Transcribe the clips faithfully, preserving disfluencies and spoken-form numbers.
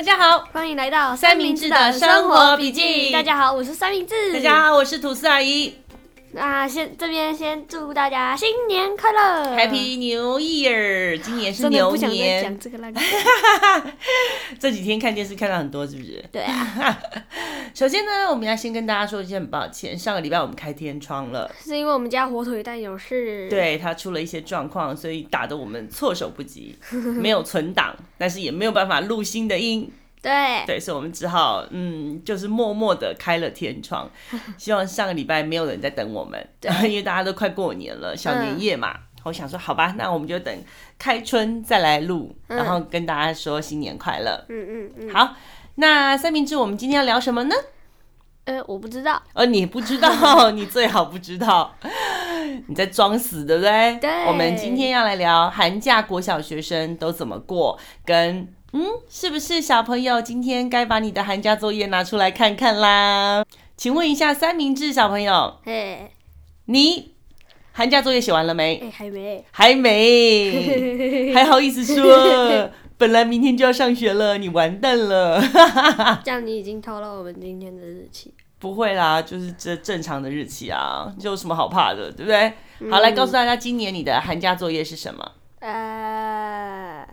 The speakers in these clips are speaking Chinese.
大家好， 欢迎来到三明治的生活笔记。 大家好，我是三明治。 大家好，我是吐司阿姨。 那先这边先祝大家新年快乐 ，Happy New Year！ 今年是牛年。 真的不想再讲这个烂。 这几天看电视看到很多，是不是？ 对啊。 首先呢，我们要先跟大家说一件很抱歉，上个礼拜我们开天窗了， 是因为我们家火腿蛋有事， 对他出了一些状况，所以打得我们措手不及，没有存档，但是也没有办法录新的音。 对对，所以我们只好嗯，就是默默的开了天窗，希望上个礼拜没有人在等我们，因为大家都快过年了，小年夜嘛。嗯、我想说，好吧，那我们就等开春再来录，嗯、然后跟大家说新年快乐。 嗯嗯嗯。 好，那三明治，我们今天要聊什么呢？ 呃，我不知道。 呃，你不知道，你最好不知道，你在装死，对不对？ 对。 我们今天要来聊寒假国小学生都怎么过，跟嗯，是不是小朋友今天该把你的寒假作业拿出来看看啦？请问一下三明治小朋友， 嘿， 你寒假作业写完了没？ 哎，还没， 还没，还好意思说？本来明天就要上学了，你完蛋了。 这样你已经透露我们今天的日期。 不会啦，就是这正常的日期啊，有什么好怕的，对不对？嗯、好，来告诉大家，今年你的寒假作业是什么？ 呃。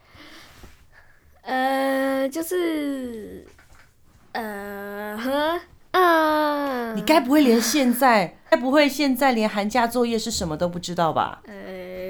呃，就是呃呵呃， 你该不会连现在，该不会现在连寒假作业是什么都不知道吧？ 呃，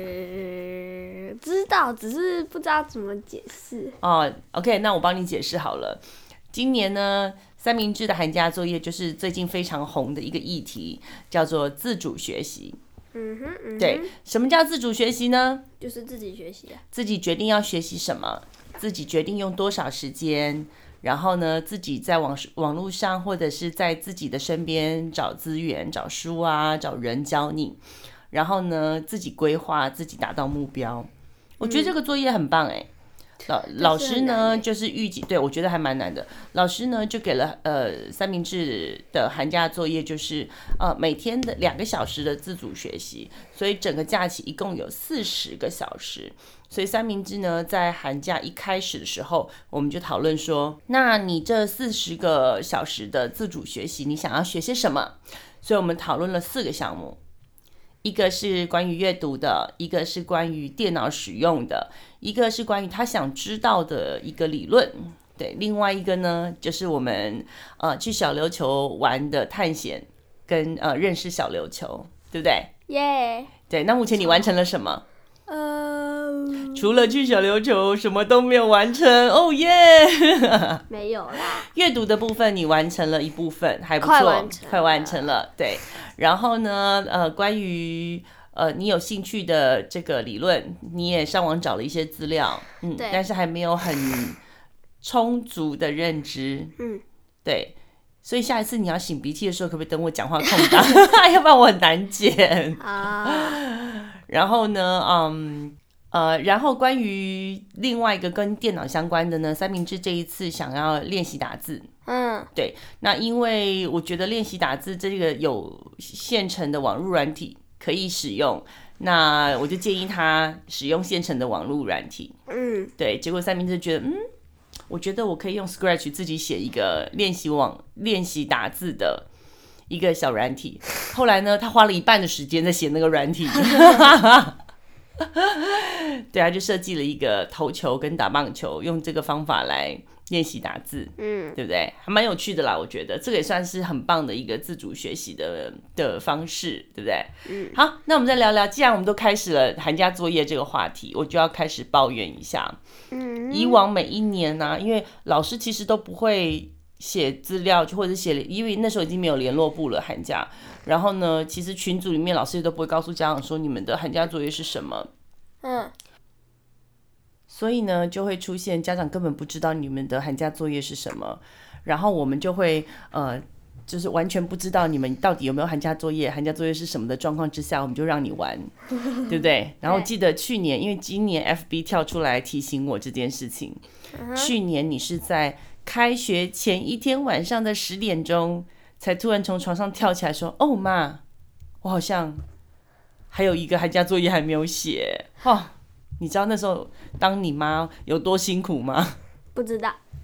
知道，只是不知道怎么解释。 哦 ，OK， 那我帮你解释好了。今年呢，三明治的寒假作业就是最近非常红的一个议题，叫做自主学习。 嗯哼，嗯哼， 对，什么叫自主学习呢？ 就是自己学习啊， 自己决定要学习什么。自己决定用多少时间，然后呢，自己在网网络上或者是在自己的身边找资源、找书啊、找人教你，然后呢，自己规划、自己达到目标。我觉得这个作业很棒哎、欸。老老师呢， 欸、 就是预计，对我觉得还蛮难的。老师呢，就给了呃三明治的寒假作业，就是呃每天的两个小时的自主学习，所以整个假期一共有四十个小时。所以三明治呢，在寒假一开始的时候，我们就讨论说，那你这四十个小时的自主学习，你想要学些什么？所以我们讨论了四个项目。一个是关于阅读的，一个是关于电脑使用的，一个是关于他想知道的一个理论，对，另外一个呢就是我们呃去小琉球玩的探险跟呃认识小琉球，对不对？ 耶、yeah 对，那目前你完成了什么？ 呃， 除了去小琉球，什么都没有完成。哦耶！ 没有啦。 阅读的部分你完成了一部分，还不错， 快完成了， 快完成了。对，然后呢，呃，关于呃你有兴趣的这个理论，你也上网找了一些资料，嗯，但是还没有很充足的认知， 嗯， 对。所以下一次你要擤鼻涕的时候，可不可以等我讲话空档？要不然我很难剪啊。 然后呢，嗯，呃，然后关于另外一个跟电脑相关的呢，三明治这一次想要练习打字。 嗯， 对，那因为我觉得练习打字这个有现成的网络软体可以使用，那我就建议他使用现成的网络软体。 嗯， 对，结果三明治觉得，嗯。我觉得我可以用 Scratch 自己写一个练习网练习打字的一个小软体。后来呢，他花了一半的时间在写那个软体。对啊，就设计了一个投球跟打棒球，用这个方法来练习打字， 嗯， 对不对？还蛮有趣的啦，我觉得这个也算是很棒的一个自主学习的的方式，对不对？ 嗯， 好，那我们再聊聊，既然我们都开始了寒假作业这个话题，我就要开始抱怨一下。 嗯， 以往每一年呢、啊，因为老师其实都不会写资料，或者是写，因为那时候已经没有联络部了寒假。然后呢，其实群组里面老师都不会告诉家长说你们的寒假作业是什么。 嗯， 所以呢，就会出现家长根本不知道你们的寒假作业是什么，然后我们就会呃，就是完全不知道你们到底有没有寒假作业，寒假作业是什么的状况之下，我们就让你玩，对不对？然后记得去年，因为今年 F B 跳出来提醒我这件事情，嗯、去年你是在开学前一天晚上的十点钟，才突然从床上跳起来说：“哦妈，我好像还有一个寒假作业还没有写。”哦，你知道那时候当你妈有多辛苦吗？ 不知道。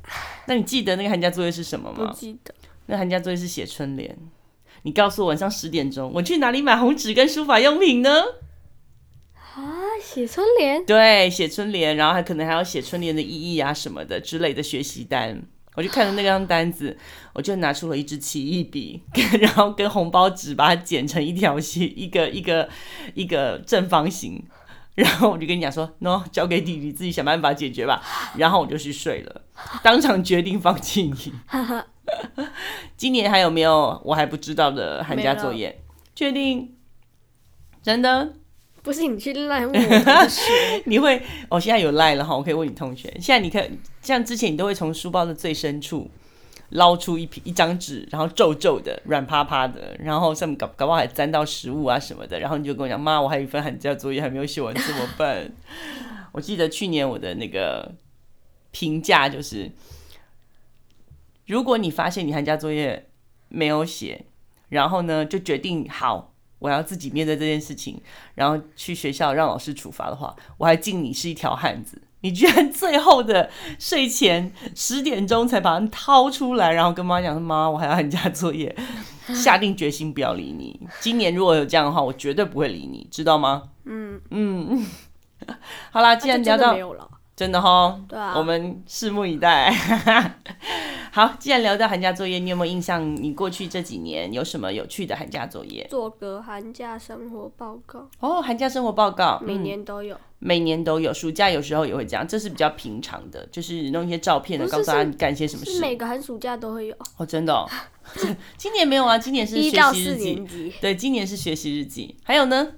那你记得那个寒假作业是什么吗？ 不记得。 那寒假作业是写春联。你告诉我晚上十点钟，我去哪里买红纸跟书法用品呢？ 啊，写春联？ 对，写春联，然后还可能还要写春联的意义啊什么的之类的学习单。我就看着那张单子，我就拿出了一支奇异笔，然后跟红包纸把它剪成一条线，一个一个一个正方形。然后我就跟你讲说 ，no， 交给弟弟自己想办法解决吧。然后我就去睡了，当场决定放弃你。今年还有没有我还不知道的寒假作业？确定？真的？ 不是你去赖我同学， 你会？我、哦、现在有赖了哈，我可以问你同学。现在你看，像之前你都会从书包的最深处捞出一一张纸，然后皱皱的、软趴趴的，然后上面搞搞不好还沾到食物啊什么的，然后你就跟我讲：“妈，我还有一份寒假作业还没有写完，怎么办？”我记得去年我的那个评价就是，如果你发现你寒假作业没有写，然后呢就决定好。我要自己面对这件事情，然后去学校让老师处罚的话，我还敬你是一条汉子。你居然最后的睡前十点钟才把它掏出来，然后跟妈讲说：“妈，我还要寒假作业。”下定决心不要理你。今年如果有这样的话，我绝对不会理你，知道吗？嗯嗯。好啦，既然聊到、啊、真的没有了，真的齁， 对啊， 我们拭目以待。好，既然聊到寒假作业，你有没有印象？你过去这几年有什么有趣的寒假作业？ 做个寒假生活报告。 哦，寒假生活报告， 每年都有、嗯， 每年都有。暑假有时候也会这样，这是比较平常的，就是弄一些照片的，告诉大家你干些什么事。 是每个寒暑假都会有。 哦，真的哦。今年没有啊，今年是学习日记。 一到四年级。 对，今年是学习日记。还有呢？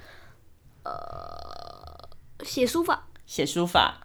呃，写书法。 写书法。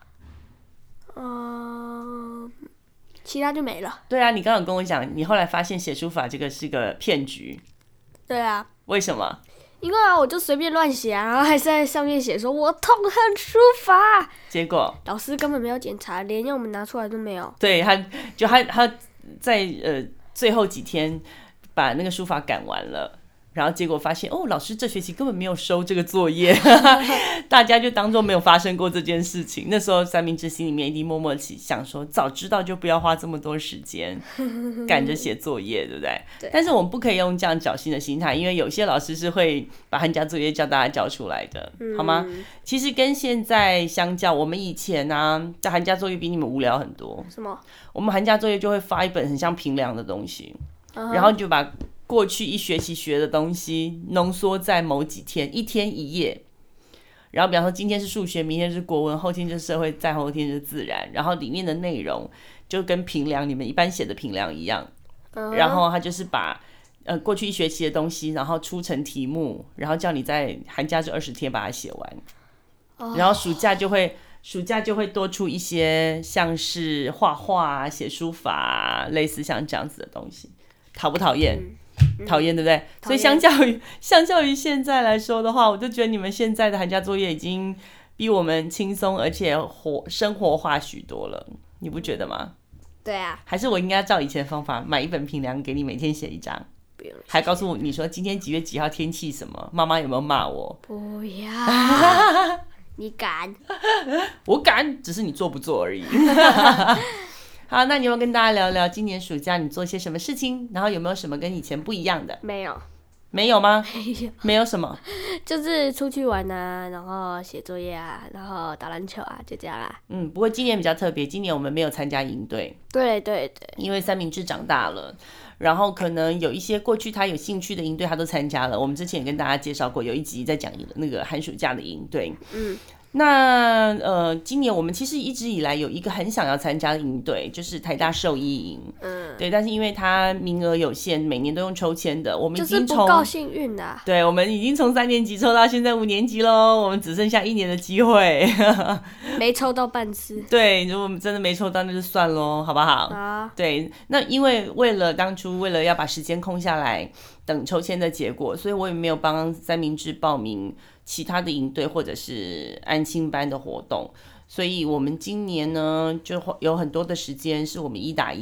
嗯、呃。其他就没了。 对啊，你刚刚有跟我讲，你后来发现写书法这个是个骗局。 对啊。 为什么？ 因为啊，我就随便乱写啊，然后还是在上面写说我痛恨书法， 结果老师根本没有检查，连用我们拿出来都没有。 对，他就他他在呃最后几天把那个书法赶完了。然后结果发现哦，老师这学期根本没有收这个作业，大家就当作没有发生过这件事情。那时候三明治心里面一定默默想说，早知道就不要花这么多时间赶着写作业，对不对？ 对。 但是我们不可以用这样侥幸的心态，因为有些老师是会把寒假作业叫大家交出来的，嗯、好吗？其实跟现在相较，我们以前啊的寒假作业比你们无聊很多。 什么？ 我们寒假作业就会发一本很像评量的东西， uh-huh. 然后你就把过去一学期学的东西浓缩在某几天，一天一页。然后比方说今天是数学，明天是国文，后天就是社会，再后天就是自然。然后里面的内容就跟评量你们一般写的评量一样。Uh-huh. 然后他就是把呃过去一学期的东西，然后出成题目，然后叫你在寒假这二十天把它写完。Uh-huh. 然后暑假就会暑假就会多出一些像是画画、写书法，类似像这样子的东西。讨不讨厌？嗯讨厌，对不对？所以相较于相较于现在来说的话，我就觉得你们现在的寒假作业已经比我们轻松，而且活生活化许多了，你不觉得吗？ 对啊。还是我应该照以前的方法买一本评量给你，每天写一张， 不用， 还告诉你说今天几月几号，天气什么，妈妈有没有骂我？ 不要，你敢？ 我敢，只是你做不做而已。好，那你有没有跟大家聊聊今年暑假你做些什么事情？然后有没有什么跟以前不一样的？ 没有。 没有吗？ 没有。 没有什么？ 就是出去玩啊，然后写作业啊，然后打篮球啊，就这样啦。 嗯，不过今年比较特别，今年我们没有参加营队。 对对对。 因为三明治长大了，然后可能有一些过去他有兴趣的营队他都参加了。我们之前也跟大家介绍过，有一集在讲那个寒暑假的营队。嗯。那呃，今年我们其实一直以来有一个很想要参加的营队，就是台大兽医营。嗯，对，但是因为它名额有限，每年都用抽签的，我们已经从就是不够幸运的、啊。 对，我们已经从三年级抽到现在五年级喽，我们只剩下一年的机会， 没抽到半次。 对，如果我们真的没抽到，那就算喽，好不好？ 好。 对，那因为为了当初为了要把时间空下来等抽签的结果，所以我也没有帮三明治报名其他的营队或者是安亲班的活动，所以我们今年呢就有很多的时间是我们一打一，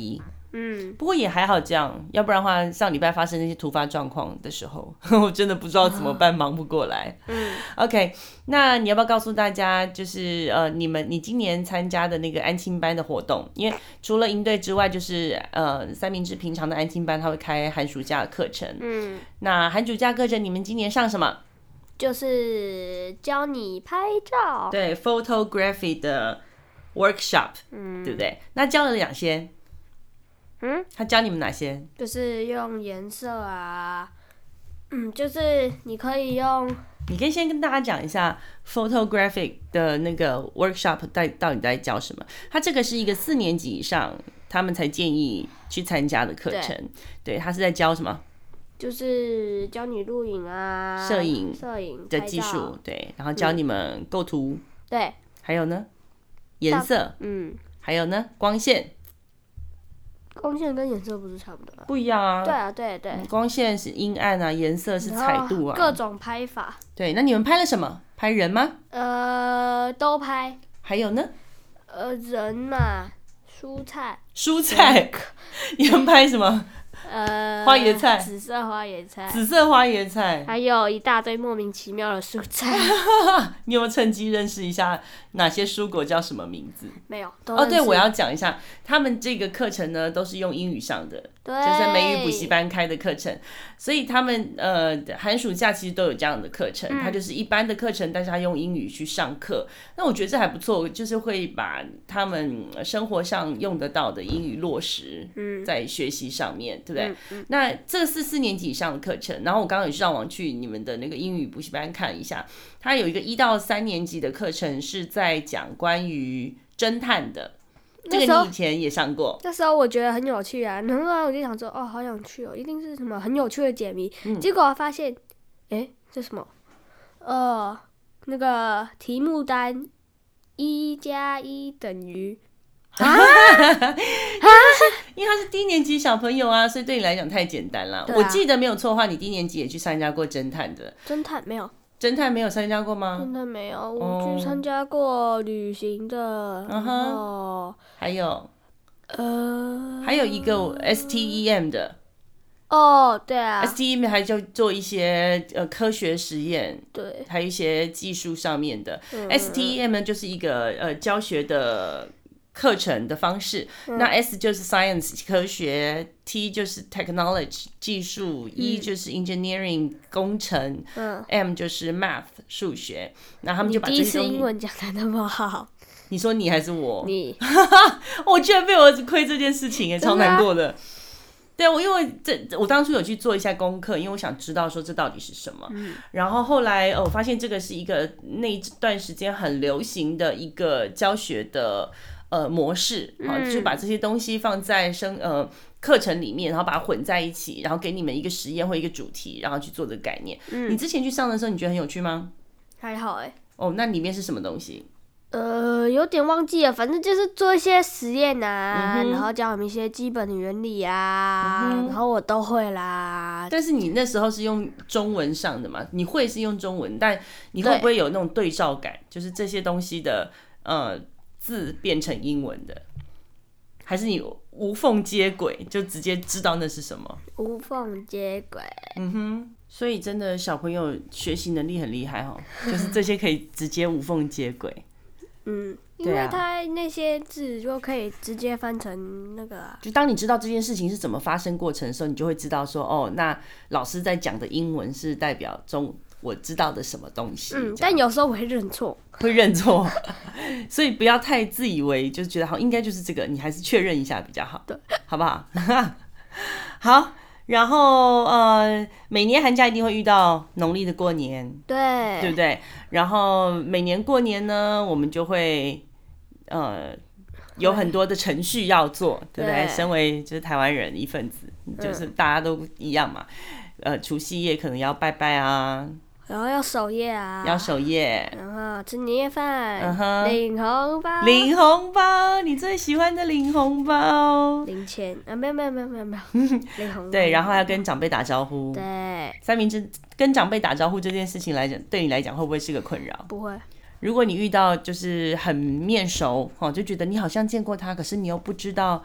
嗯， 不过也还好这样，要不然的话，上礼拜发生那些突发状况的时候，我真的不知道怎么办，忙不过来。 嗯 OK， 那你要不要告诉大家，就是呃，你们你今年参加的那个安亲班的活动？因为除了营队之外，就是呃三明治平常的安亲班，他会开寒暑假的课程。 嗯， 那寒暑假课程你们今年上什么？ 就是教你拍照。 对 ，photography 的 workshop， 嗯， 对不对？那教了哪些？ 嗯， 他教你们哪些？ 就是用颜色啊，嗯，就是你可以用， 你可以先跟大家讲一下 photographic 的那个 workshop 到到底在教什么。它这个是一个四年级以上他们才建议去参加的课程。对，它是在教什么？ 就是教你录影啊， 摄影摄影的技术。对，然后教你们构图。 对， 还有呢，颜色。 嗯， 还有呢，光线。 光线跟颜色不是差不多吗？ 不一样啊。 对啊，对对。 光线是阴暗啊，颜色是彩度啊， 各种拍法。 对，那你们拍了什么？拍人吗？ 呃，都拍。 还有呢？ 呃，人嘛，蔬菜。 蔬菜。你们拍什么？ 呃， 花椰菜， 紫色花椰菜， 紫色花椰菜， 还有一大堆莫名其妙的蔬菜。 你有没有趁机认识一下哪些蔬果叫什么名字？ 没有。都哦，对，我要讲一下，他们这个课程呢都是用英语上的，就是美语补习班开的课程，所以他们呃寒暑假其实都有这样的课程，它就是一般的课程，但是他用英语去上课。那我觉得这还不错，就是会把他们生活上用得到的英语落实在学习上面，对不对？嗯嗯、那这是四年级以上的课程，然后我刚刚有上网去你们的那个英语补习班看一下，它有一个一到三年级的课程是在讲关于侦探的，这个你以前也上过。 那时候我觉得很有趣啊，然后我就想说，哦，好想去哦，一定是什么很有趣的解谜。嗯、结果我发现，哎，这什么？呃，那个题目单一加一等于。啊啊！ 因为他是低年级小朋友啊，所以对你来讲太简单了。啊、我记得没有错的话，你低年级也去参加过侦探的。 侦探没有。 侦探没有参加过吗？ 侦探没有，我去参加过旅行的。然后还有， 呃， 还有一个 S T E M 的。 哦，对啊 ，S T E M 还就做一些呃科学实验， 对， 还有一些技术上面的。嗯、S T E M 呢就是一个呃教学的课程的方式，嗯、那 S 就是 Science 科学 ，T 就是 Technology 技术、嗯、，E 就是 Engineering 工程、嗯、，M 就是 Math 数学。那他们就把这些东西。 你第一次英文讲得那么好。 你说你还是我？ 你， 我居然被我儿子亏这件事情，哎，超难过的。对，我因为这我当初有去做一下功课，因为我想知道说这到底是什么。嗯、然后后来、哦、我发现这个是一个那段时间很流行的一个教学的呃模式，好、嗯，就把这些东西放在生呃课程里面，然后把它混在一起，然后给你们一个实验或一个主题，然后去做这个概念。嗯、你之前去上的时候，你觉得很有趣吗？ 还好哎、欸。 哦，那里面是什么东西？ 呃，有点忘记了，反正就是做一些实验啊，嗯、然后教我们一些基本的原理啊，嗯、然后我都会啦。 但是你那时候是用中文上的嘛？你会是用中文，但你会不会有那种对照感？就是这些东西的呃字变成英文的，还是你无缝接轨，就直接知道那是什么？ 无缝接轨。 嗯哼。所以真的小朋友学习能力很厉害哦，就是这些可以直接无缝接轨。 嗯，因为它那些字就可以直接翻成那个、啊， 就当你知道这件事情是怎么发生过程的时候，你就会知道说，哦，那老师在讲的英文是代表中我知道的什么东西。 嗯，但有时候我会认错， 会认错，所以不要太自以为，就是觉得好应该就是这个，你还是确认一下比较好， 对， 好不好？好。然后呃，每年寒假一定会遇到农历的过年， 对， 对不对？然后每年过年呢，我们就会呃有很多的程序要做，对不对？身为就是台湾人一份子，就是大家都一样嘛。呃，除夕夜可能要拜拜啊。 然后要守夜啊， 要守夜， 然后吃年夜饭， 嗯哼， 领红包， 领红包，你最喜欢的领红包， 零钱啊，没有没有没有没有没有，领红包， 对，然后还要跟长辈打招呼， 对， 三明治跟长辈打招呼这件事情来讲，对你来讲会不会是个困扰？ 不会。 如果你遇到就是很面熟哦，就觉得你好像见过他，可是你又不知道。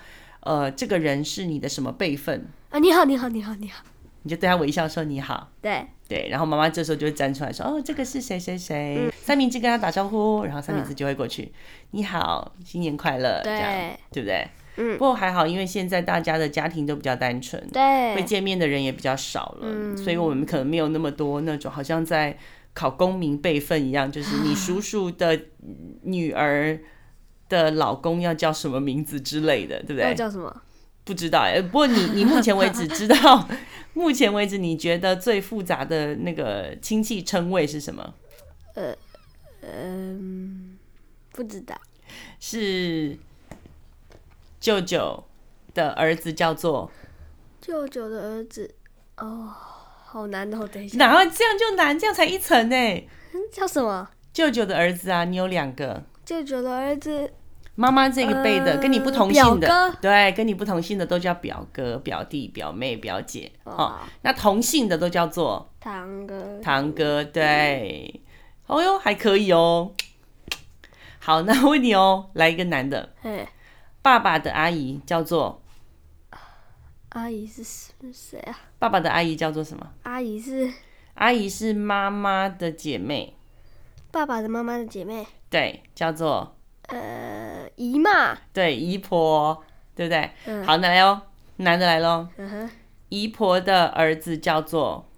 呃，这个人是你的什么辈分啊？你好，你好，你好，你好。 你就对他微笑说你好。 对对，然后妈妈这时候就会站出来说，哦，这个是谁谁谁、嗯、三明治跟他打招呼，然后三明治就会过去、嗯、你好，新年快乐，这样对不对？嗯，不过还好，因为现在大家的家庭都比较单纯， 对， 会见面的人也比较少了、 嗯、 所以我们可能没有那么多那种好像在考公民辈分一样，就是你叔叔的女儿的老公要叫什么名字之类的，对不对？ 要叫什么？ 不知道哎，不过你你目前为止知道，目前为止你觉得最复杂的那个亲戚称谓是什么？ 呃，嗯，不知道。 是舅舅的儿子叫做舅舅的儿子哦，好难哦，等一下。 哪会这样就难？这样才一层呢。 叫什么？ 舅舅的儿子啊，你有两个。 舅舅的儿子。 妈妈这个辈的、呃、跟你不同姓的， 表哥， 对，跟你不同姓的都叫表哥、表弟、表妹、表姐、哦、那同姓的都叫做堂哥。 堂哥，对，哦哟，还可以哦。好，那问你哦，来一个男的，爸爸的阿姨叫做， 阿姨是谁啊？ 爸爸的阿姨叫做什么？ 阿姨是阿姨是妈妈的姐妹， 爸爸的妈妈的姐妹， 对，叫做。 呃，姨妈， 对，姨婆，对不对？嗯、好，来哦，男的来咯。嗯、姨婆的儿子叫做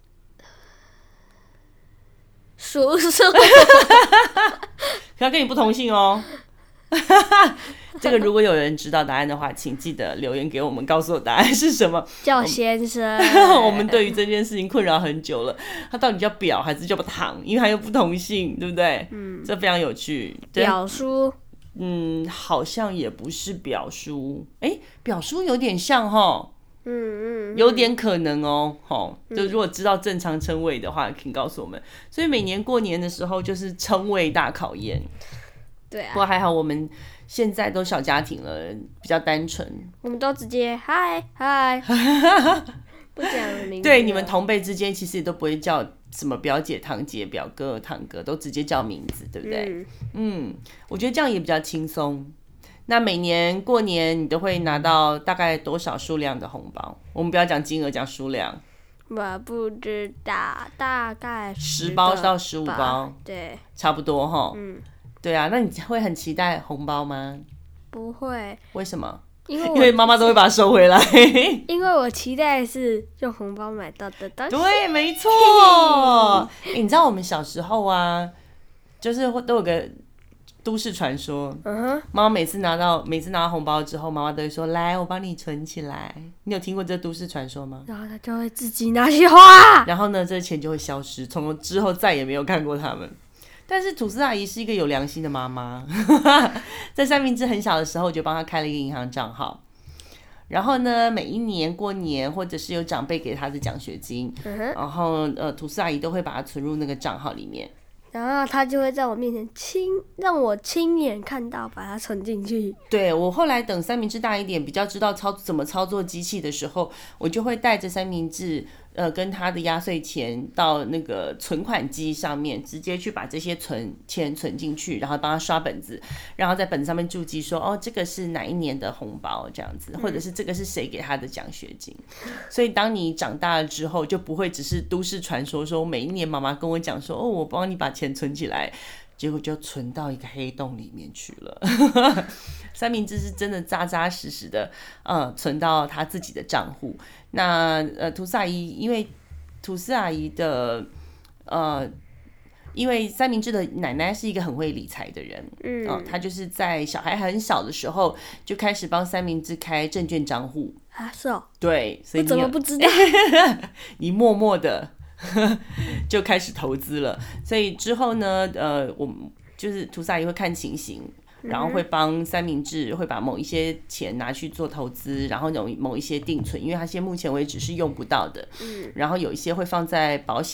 叔叔， 可要跟你不同姓哦。这个如果有人知道答案的话，请记得留言给我们，告诉我答案是什么。 叫先生。 我们对于这件事情困扰很久了，他到底叫表还是叫堂？因为他又不同姓，对不对？嗯，这非常有趣。 表叔， 嗯，好像也不是表叔，哎，表叔有点像齁。 嗯嗯， 有点可能哦，齁，就如果知道正常称谓的话，请告诉我们。所以每年过年的时候就是称谓大考验。 对啊， 不过还好我们现在都小家庭了，比较单纯， 我们都直接嗨嗨，不讲名字。 对，你们同辈之间其实也都不会叫什么表姐、堂姐、表哥、堂哥，都直接叫名字，对不对？嗯，嗯，我觉得这样也比较轻松。那每年过年你都会拿到大概多少数量的红包？我们不要讲金额，讲数量。 我不知道，大概十包到十五包， 对， 差不多齁。 嗯。 对啊，那你会很期待红包吗？ 不会。为什么？ 因为因为妈妈都会把它收回来。 因为我期待是用红包买到的东西。 对，没错。欸，你知道我们小时候啊，就是都有个都市传说，嗯哼，妈妈每次拿到每次拿到红包之后，妈妈都会说：“来，我帮你存起来。”你有听过这都市传说吗？ 然后他就会自己拿去花， 然后呢，这钱就会消失，从之后再也没有看过他们。但是吐司阿姨是一个有良心的妈妈，在三明治很小的时候我就帮她开了一个银行账号，然后呢，每一年过年或者是有长辈给她的奖学金，嗯、然后呃，吐司阿姨都会把它存入那个账号里面， 然后她就会在我面前亲让我亲眼看到把它存进去。 对，我后来等三明治大一点，比较知道操怎么操作机器的时候，我就会带着三明治。呃，跟他的压岁钱到那个存款机上面，直接去把这些存钱存进去，然后帮他刷本子，然后在本子上面注记说，哦，这个是哪一年的红包这样子，或者是这个是谁给他的奖学金。所以当你长大了之后，就不会只是都市传说，说每一年妈妈跟我讲说，哦，我帮你把钱存起来，结果就存到一个黑洞里面去了。三明治是真的扎扎实实的，呃，存到他自己的账户。那呃，吐司阿姨，因为吐司阿姨的呃，因为三明治的奶奶是一个很会理财的人，嗯，呃、她就是在小孩很小的时候就开始帮三明治开证券账户啊，是哦， 对，所以你怎么不知道？ 你默默的就开始投资了，所以之后呢，呃，我们就是吐司阿姨会看情形。然后会帮三明治会把某一些钱拿去做投资，然后有某一些定存，因为它现在目前为止是用不到的。嗯，然后有一些会放在保险，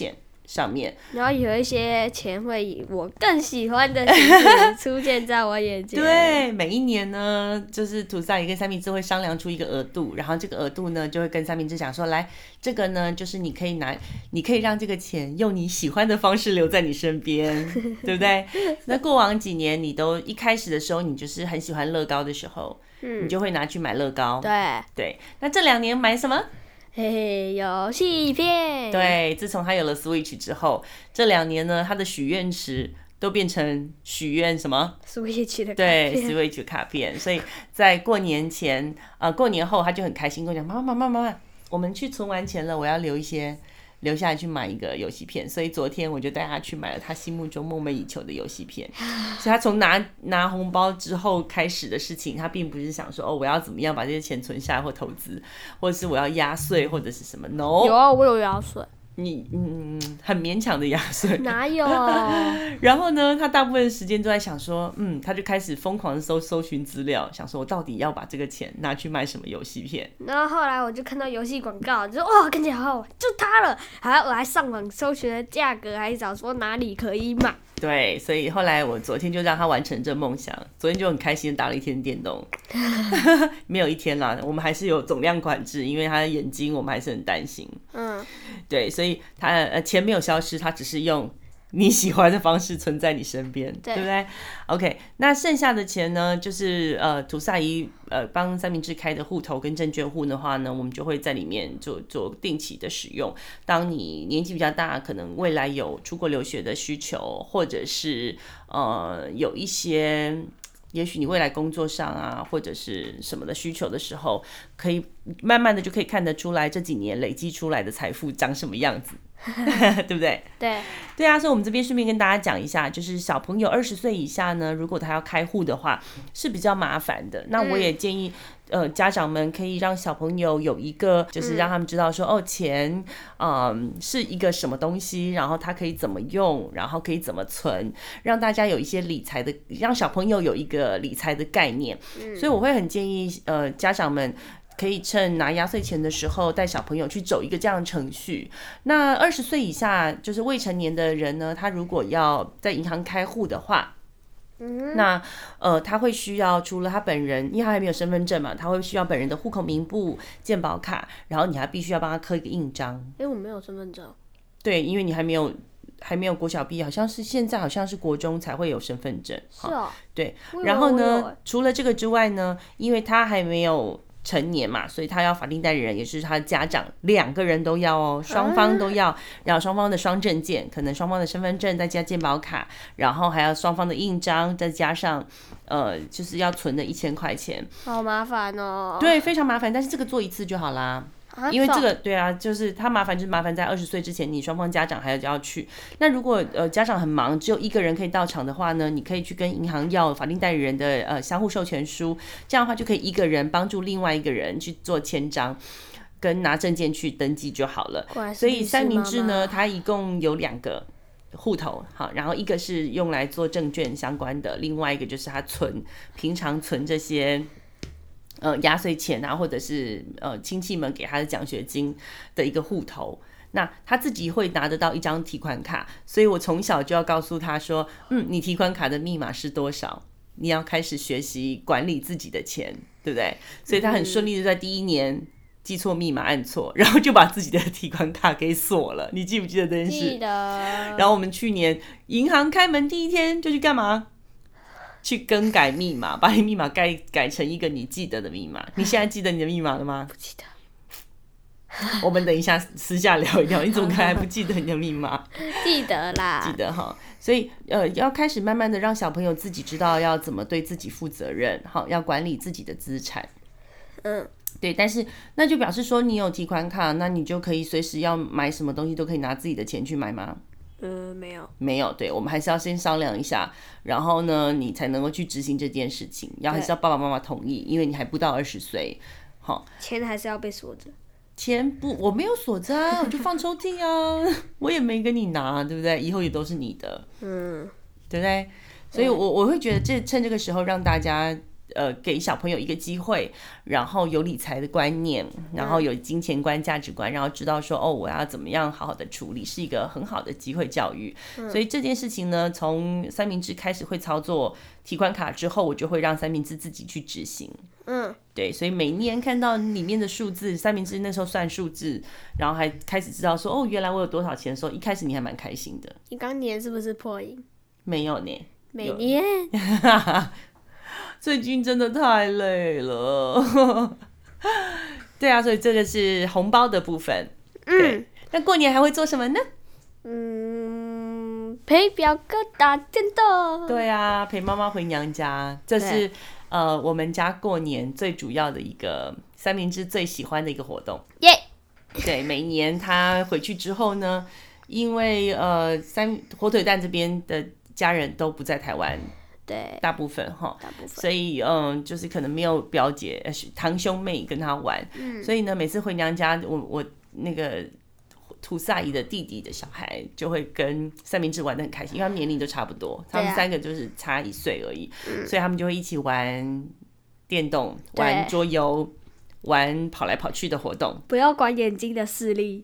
上面， 然后有一些钱会以我更喜欢的形式出现在我眼前。 对，每一年呢，就是土萨姨跟三明治会商量出一个额度，然后这个额度呢，就会跟三明治讲说，来，这个呢，就是你可以拿，你可以让这个钱用你喜欢的方式留在你身边，对不对？那过往几年，你都一开始的时候，你就是很喜欢乐高的时候，嗯，你就会拿去买乐高。 对对，那这两年买什么？ 嘿嘿，游戏片。 对，自从他有了 Switch 之后，这两年呢，他的许愿池都变成许愿什么 Switch 的卡片， 对 Switch 卡片，所以在过年前，呃，过年后他就很开心跟我讲，妈妈妈妈妈，我们去存完钱了，我要留一些。留下来去买一个游戏片，所以昨天我就带他去买了他心目中梦寐以求的游戏片。所以他从拿拿红包之后开始的事情，他并不是想说哦，我要怎么样把这些钱存下来或投资，或者是我要压岁或者是什么 ？No， 有啊，我有压岁。 你嗯很勉强的压岁， 哪有？ 然后呢，他大部分时间都在想说，嗯，他就开始疯狂的搜搜寻资料，想说我到底要把这个钱拿去买什么游戏片。 然后后来我就看到游戏广告，就哇，看起来好好玩，就它了。还我还上网搜寻了价格，还找说哪里可以买。 对，所以后来我昨天就让他完成这梦想，昨天就很开心的打了一天电动，没有一天啦，我们还是有总量管制，因为他的眼睛我们还是很担心。嗯，对，所以他呃钱没有消失，他只是用你喜欢的方式存在你身边， 对, 对不对 ？OK， 那剩下的钱呢，就是呃土萨姨呃帮三明治开的户头跟证券户的话呢，我们就会在里面做做定期的使用。当你年纪比较大，可能未来有出国留学的需求，或者是呃有一些。也许你未来工作上啊，或者是什么的需求的时候，可以慢慢的就可以看得出来这几年累积出来的财富长什么样子，对不对？ 对， 对啊，所以我们这边顺便跟大家讲一下，就是小朋友二十岁以下呢，如果他要开户的话，是比较麻烦的。那我也建议。嗯呃，家长们可以让小朋友有一个，就是让他们知道说，嗯、哦，钱，嗯，是一个什么东西，然后他可以怎么用，然后可以怎么存，让大家有一些理财的，让小朋友有一个理财的概念。嗯、所以我会很建议，呃，家长们可以趁拿压岁钱的时候，带小朋友去走一个这样的程序。那二十岁以下，就是未成年的人呢，他如果要在银行开户的话。那呃，他会需要除了他本人，因为他还没有身份证嘛，他会需要本人的户口名簿、健保卡，然后你还必须要帮他刻一个印章。 因为我没有身份证。 对，因为你还没有还没有国小毕业，好像是现在好像是国中才会有身份证。 是哦。 对，然后呢，除了这个之外呢，因为他还没有。成年嘛，所以他要法定代理人，也是他的家长，两个人都要哦，双方都要，然后双方的双证件，可能双方的身份证再加健保卡，然后还要双方的印章，再加上呃，就是要存的一千块钱， 好麻烦哦。 对，非常麻烦，但是这个做一次就好啦。因为这个对啊，就是他麻烦就是麻烦在二十岁之前，你双方家长还要要去。那如果呃家长很忙，只有一个人可以到场的话呢，你可以去跟银行要法定代理人的呃相互授权书，这样的话就可以一个人帮助另外一个人去做签章，跟拿证件去登记就好了。所以三明治呢，它一共有两个户头，好，然后一个是用来做证券相关的，另外一个就是他存平常存这些。呃，压岁钱啊，或者是呃亲戚们给他的奖学金的一个户头，那他自己会拿得到一张提款卡，所以我从小就要告诉他说，嗯，你提款卡的密码是多少？你要开始学习管理自己的钱，对不对？所以他很顺利的在第一年记错密码按错，然后就把自己的提款卡给锁了。你记不记得这件事？ 记得。 然后我们去年银行开门第一天就去干嘛？去更改密码，把你密码改改成一个你记得的密码。你现在记得你的密码了吗？ 不记得。 我们等一下私下聊一聊，你怎么还不记得你的密码？ 记得啦， 记得哈。所以呃，要开始慢慢的让小朋友自己知道要怎么对自己负责任，好，要管理自己的资产。嗯，对，但是那就表示说你有提款卡，那你就可以随时要买什么东西都可以拿自己的钱去买吗？ 呃，没有， 没有，对，我们还是要先商量一下，然后呢，你才能够去执行这件事情，要还是要爸爸妈妈同意，因为你还不到二十岁，好， 钱还是要被锁着。 钱不，我没有锁着啊，我就放抽屉啊，我也没跟你拿，对不对？以后也都是你的，嗯，对不对？所以我我会觉得这趁这个时候让大家呃，给小朋友一个机会，然后有理财的观念，然后有金钱观、价值观，然后知道说哦，我要怎么样好好的处理，是一个很好的机会教育。嗯、所以这件事情呢，从三明治开始会操作提款卡之后，我就会让三明治自己去执行。嗯，对，所以每年看到里面的数字，三明治那时候算数字，然后还开始知道说哦，原来我有多少钱的时候，一开始你还蛮开心的。 你刚年是不是破音？ 没有呢， 每年。 最近真的太累了，对啊，所以这个是红包的部分。嗯，那过年还会做什么呢？ 嗯，陪表哥打电动。 对啊，陪妈妈回娘家，这是呃我们家过年最主要的一个三明治最喜欢的一个活动。耶、yeah! 对，每年他回去之后呢，因为呃三火腿蛋这边的家人都不在台湾。 对， 大部分哈， 大部分， 所以嗯，就是可能没有表姐、堂兄妹跟他玩，嗯，所以呢，每次回娘家，我我那个土司阿姨的弟弟的小孩就会跟三明治玩得很开心，因为他们年龄都差不多，他们三个就是差一岁而已，啊、所以他们就会一起玩电动、玩桌游。玩跑来跑去的活动， 不要管眼睛的视力。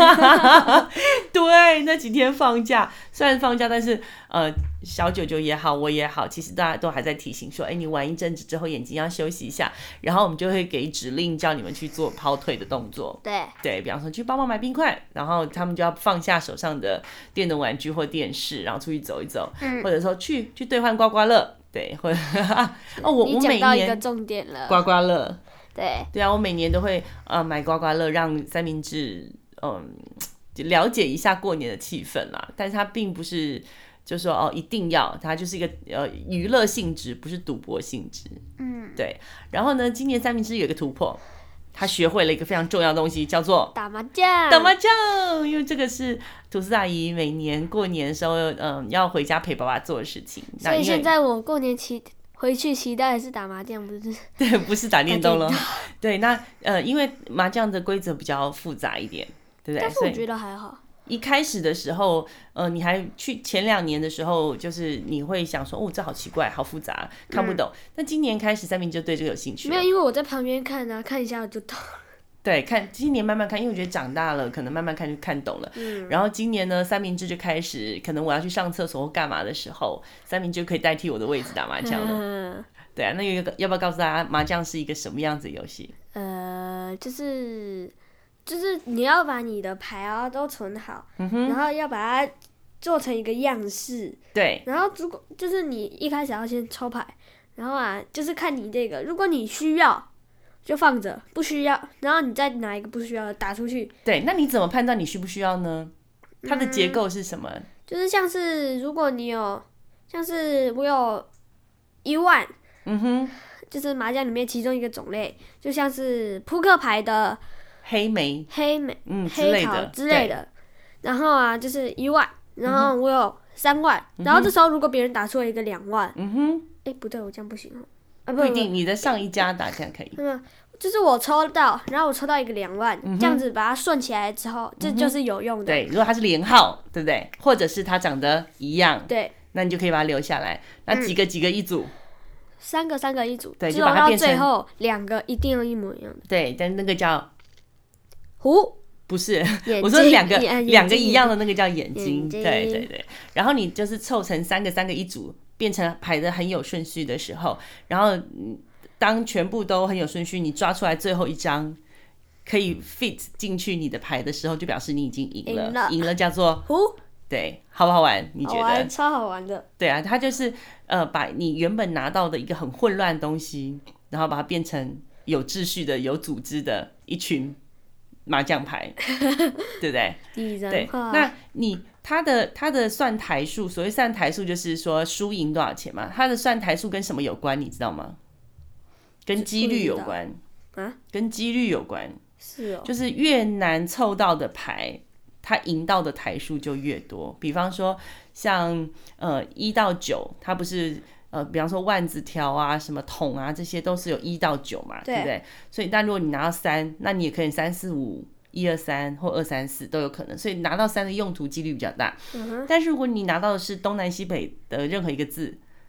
对，那几天放假，虽然放假，但是呃，小九九也好，我也好，其实大家都还在提醒说，哎，你玩一阵子之后眼睛要休息一下，然后我们就会给指令叫你们去做跑腿的动作。 对， 对，比方说去帮忙买冰块，然后他们就要放下手上的电动玩具或电视，然后出去走一走，嗯、或者说去去兑换刮刮乐，对，或者哦，我我每年你讲到一个重点了， 刮刮乐。 对对啊，我每年都会呃买刮刮乐，让三明治嗯了解一下过年的气氛啦。但是它并不是就说哦一定要，它就是一个呃娱乐性质，不是赌博性质。嗯，对。然后呢，今年三明治有一个突破，他学会了一个非常重要的东西，叫做打麻将。 打麻将，因为这个是吐司阿姨每年过年的时候嗯要回家陪爸爸做的事情。 所以现在我过年期。回去期待的是打麻将，不是？ 对，不是打电动了。对，那呃，因为麻将的规则比较复杂一点，对不对？ 但是我觉得还好。 一开始的时候，呃，你还去前两年的时候，就是你会想说，哦，这好奇怪，好复杂，看不懂。嗯、但今年开始，三明就对这个有兴趣。 没有，因为我在旁边看啊，看一下我就懂。 对，看今年慢慢看，因为我觉得长大了，可能慢慢看就看懂了。嗯，然后今年呢，三明治就开始，可能我要去上厕所或干嘛的时候，三明治就可以代替我的位置打麻将了。嗯，对啊，那有要不要告诉大家，麻将是一个什么样子的游戏？ 呃，就是就是你要把你的牌啊都存好，嗯、然后要把它做成一个样式。 对， 然后如果就是你一开始要先抽牌，然后啊，就是看你这个，如果你需要。就放着，不需要，然后你再拿一个不需要的打出去。 对，那你怎么判断你需不需要呢？它的结构是什么？嗯、 就是像是如果你有，像是我有一万，嗯哼，就是麻将里面其中一个种类，就像是扑克牌的黑莓、 黑莓、 嗯黑桃之类的。然后啊，就是一万，然后我有三万，嗯、然后这时候如果别人打出了一个两万，嗯哼，哎，不对，我这样不行哦。 啊、不一定，你的上一家打这样可以。 嗯，就是我抽到，然后我抽到一个两万、嗯，这样子把它顺起来之后，这就是有用的。 对，如果它是连号，对不对？或者是它长得一样， 对， 那你就可以把它留下来。那几个、嗯、几个一组？ 三个三个一组， 对，就把它变成最后两个一定要一模一样的。 对，但那个叫胡。 不是，我说两个两个一样的那个叫眼睛，对对对。然后你就是凑成三个三个一组。变成排的很有顺序的时候，然后当全部都很有顺序，你抓出来最后一张可以 fit 进去你的牌的时候，就表示你已经赢了。赢了, 了叫做胡， 对，好不好玩？你觉得？ 好玩，超好玩的。 对啊，它就是呃，把你原本拿到的一个很混乱的东西，然后把它变成有秩序的、有组织的一群麻将牌，对不对？对，那你。它的它的算台数，所谓算台数就是说输赢多少钱嘛。它的算台数跟什么有关，你知道吗？跟几率有关啊，跟几率有关。 是哦， 就是越难凑到的牌，它赢到的台数就越多。比方说像呃一到九，它不是呃比方说万字条啊、什么筒啊，这些都是有一到九嘛， 对, 对不对？所以但如果你拿到三，那你也可以三四五。一二三或二三四都有可能，所以拿到三的用途几率比较大。嗯、但是如果你拿到的是东南西北的任何一个字，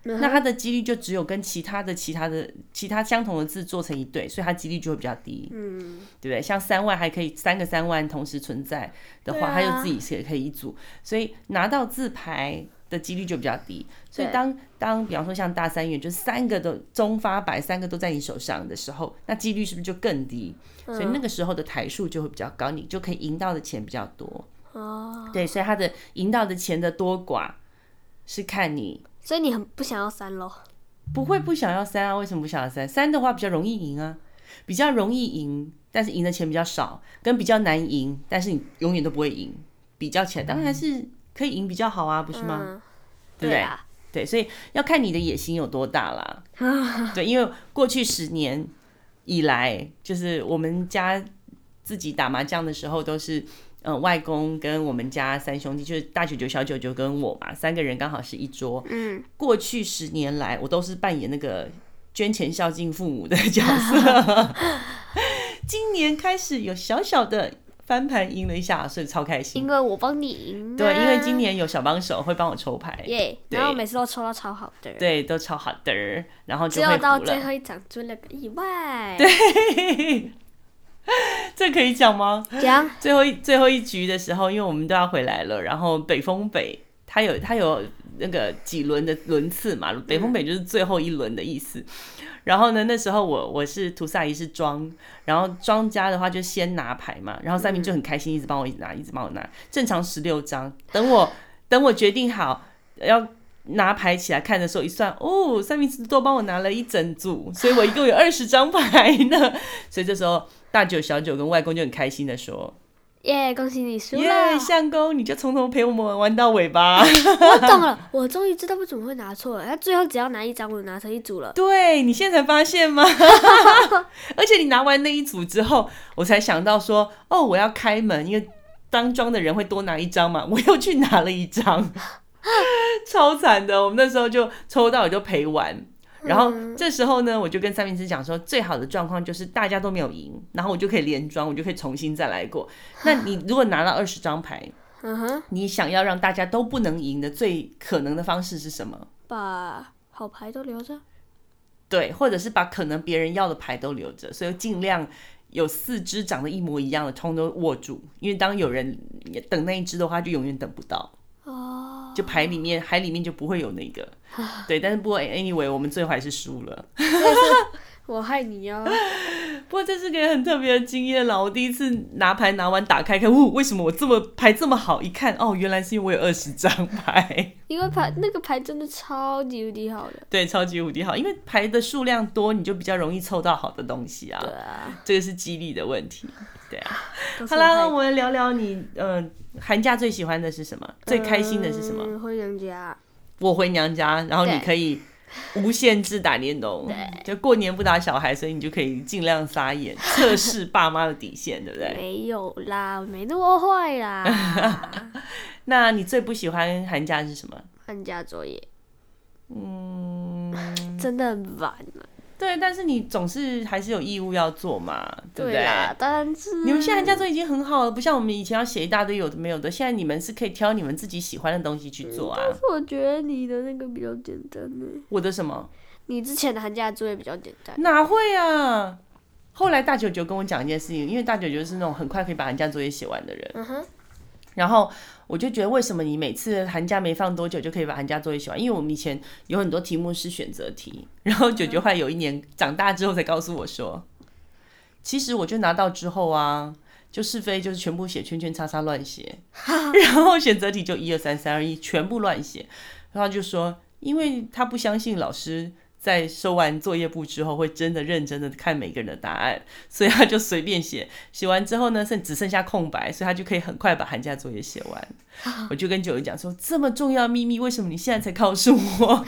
嗯那它的几率就只有跟其他的其他的其他相同的字做成一对，所以它几率就会比较低， 嗯， 对不对？像三万还可以三个三万同时存在的话， 对啊它就自己也可以一组，所以拿到字牌的几率就比较低。所以当当比方说像大三元，就是三个都中发白，三个都在你手上的时候，那几率是不是就更低？所以那个时候的台数就会比较高，你就可以赢到的钱比较多。 哦， 对，所以它的赢到的钱的多寡是看你。 所以你很不想要三咯？ 不会不想要三啊？为什么不想要三？三的话比较容易赢啊，比较容易赢，但是赢的钱比较少，跟比较难赢，但是你永远都不会赢，比较起来当然还是可以赢比较好啊，不是吗？ 嗯， 对不对？ 啊， 对，所以要看你的野心有多大啦。对，因为过去十年以来，就是我们家自己打麻将的时候都是。嗯，外公跟我们家三兄弟，就是大舅舅、小舅舅跟我嘛，三个人刚好是一桌。 嗯， 过去十年来，我都是扮演那个捐钱孝敬父母的角色。今年开始有小小的翻盘赢了一下，所以超开心。 因为我帮你赢、啊。 对，因为今年有小帮手会帮我抽牌， 耶、yeah, 然后每次都抽到超好的， 对，都超好的，然后就只会有到最后一场出了个意外。 对。这可以讲吗？ 讲最后一最后一局的时候，因为我们都要回来了，然后北风北它有它有那个几轮的轮次嘛，北风北就是最后一轮的意思。然后呢，那时候我我是涂萨姨是庄，然后庄家的话就先拿牌嘛，然后三明就很开心，一直帮我一直拿，一直帮我拿，正常十六张。等我等我决定好要拿牌起来看的时候，一算，哦，三明治多帮我拿了一整组，所以我一共有二十张牌呢。所以这时候大九、小九跟外公就很开心的说：“ 耶，恭喜你输了！ 耶，相公，你就从头陪我们玩到尾吧。” 我懂了，我终于知道为什么会拿错了。他最后只要拿一张，我就拿成一组了。 对，你现在才发现吗？而且你拿完那一组之后，我才想到说，哦，我要开门，因为当庄的人会多拿一张嘛，我又去拿了一张。超惨的，我们那时候就抽到我就赔完，然后这时候呢，我就跟三明治讲说，最好的状况就是大家都没有赢，然后我就可以连庄，我就可以重新再来过。那你如果拿到二十张牌，你想要让大家都不能赢的最可能的方式是什么？ 把好牌都留着， 对，或者是把可能别人要的牌都留着，所以尽量有四只长得一模一样的通都握住，因为当有人等那一只的话，就永远等不到。 哦， 就牌里面海里面就不会有那个，对，但是不过 anyway 我们最后还是输了。 我害你哦。 不过这是个很特别的经验啦，我第一次拿牌拿完打开看，呜，为什么我这么牌这么好？一看哦，原来是因为我有二十张牌。 因为牌那个牌真的超级无敌好的。 对，超级无敌好，因为牌的数量多，你就比较容易凑到好的东西啊。 对啊， 这个是激励的问题。对啊，好啦，那我们聊聊你，嗯、呃，寒假最喜欢的是什么？最开心的是什么？ 嗯、回娘家。 我回娘家，然后你可以无限制打电动，就过年不打小孩，所以你就可以尽量撒野，测试爸妈的底线，对不对？ 没有啦，没那么坏啦。 那你最不喜欢寒假是什么？ 寒假作业， 嗯， 真的很烦啊。 对，但是你总是还是有义务要做嘛，对不对？ 对啦，但是你们现在寒假作业已经很好了，不像我们以前要写一大堆有的没有的，现在你们是可以挑你们自己喜欢的东西去做啊。 但是我觉得你的那个比较简单呢。 我的什么？ 你之前的寒假作业比较简单。 哪会啊？后来大九九跟我讲一件事情，因为大九九是那种很快可以把寒假作业写完的人。 嗯哼。 然后我就觉得，为什么你每次寒假没放多久就可以把寒假作业写完？因为我们以前有很多题目是选择题，然后九九后来有一年长大之后才告诉我说，其实我就拿到之后啊，就是非就是全部写圈圈叉叉乱写，然后选择题就一二三三二一全部乱写，然后就说，因为他不相信老师在收完作业簿之后会真的认真的看每个人的答案，所以他就随便写，写完之后呢剩只剩下空白，所以他就可以很快把寒假作业写完。我就跟九九讲说，这么重要的秘密为什么你现在才告诉我？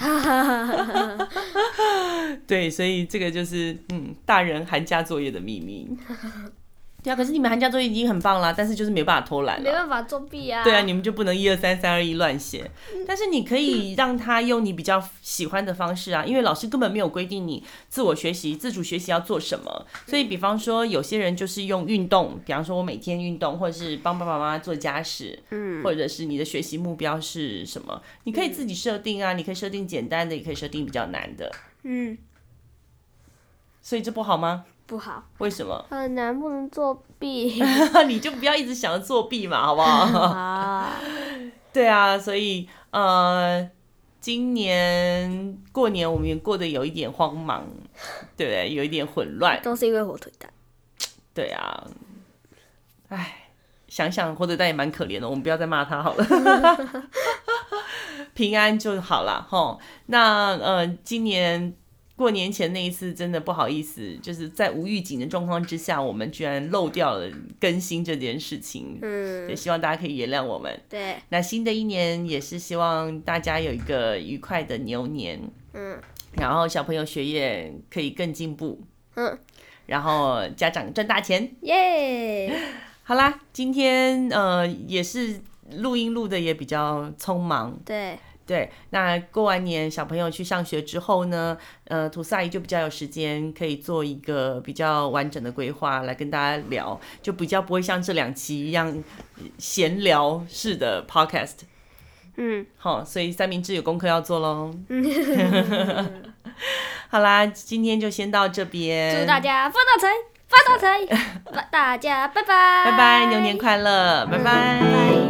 对，所以这个就是嗯大人寒假作业的秘密。 对啊，可是你们寒假作业已经很棒啦，但是就是没办法偷懒了， 没办法作弊啊。 对啊，你们就不能一二三三二一乱写，但是你可以让他用你比较喜欢的方式啊，因为老师根本没有规定你自我学习、自主学习要做什么，所以比方说有些人就是用运动，比方说我每天运动，或者是帮爸爸妈妈做家事，嗯，或者是你的学习目标是什么，你可以自己设定啊，你可以设定简单的，也可以设定比较难的， 嗯， 所以这不好吗？ 不好， 为什么？ 很难，不能作弊。 你就不要一直想着作弊嘛，好不好？ 好， 对啊，所以呃，今年过年我们也过得有一点慌忙，对不对？有一点混乱。 都是因为火腿蛋。 对啊，唉，想想火腿蛋也蛮可怜的，我们不要再骂他好了。平安就好了齁。那呃，今年过年前那一次真的不好意思，就是在无预警的状况之下，我们居然漏掉了更新这件事情。嗯，也希望大家可以原谅我们。 对， 那新的一年也是希望大家有一个愉快的牛年。嗯，然后小朋友学业可以更进步。嗯，然后家长赚大钱。 耶、yeah! 好啦，今天呃也是录音录的也比较匆忙。 对。 对，那过完年小朋友去上学之后呢，呃，吐司阿姨就比较有时间可以做一个比较完整的规划来跟大家聊，就比较不会像这两期一样闲聊式的 podcast。嗯，好，所以三明治有功课要做咯。好啦，今天就先到这边， 祝大家发大财，发大财，大家拜拜， 拜拜，牛年快乐，拜拜。拜拜。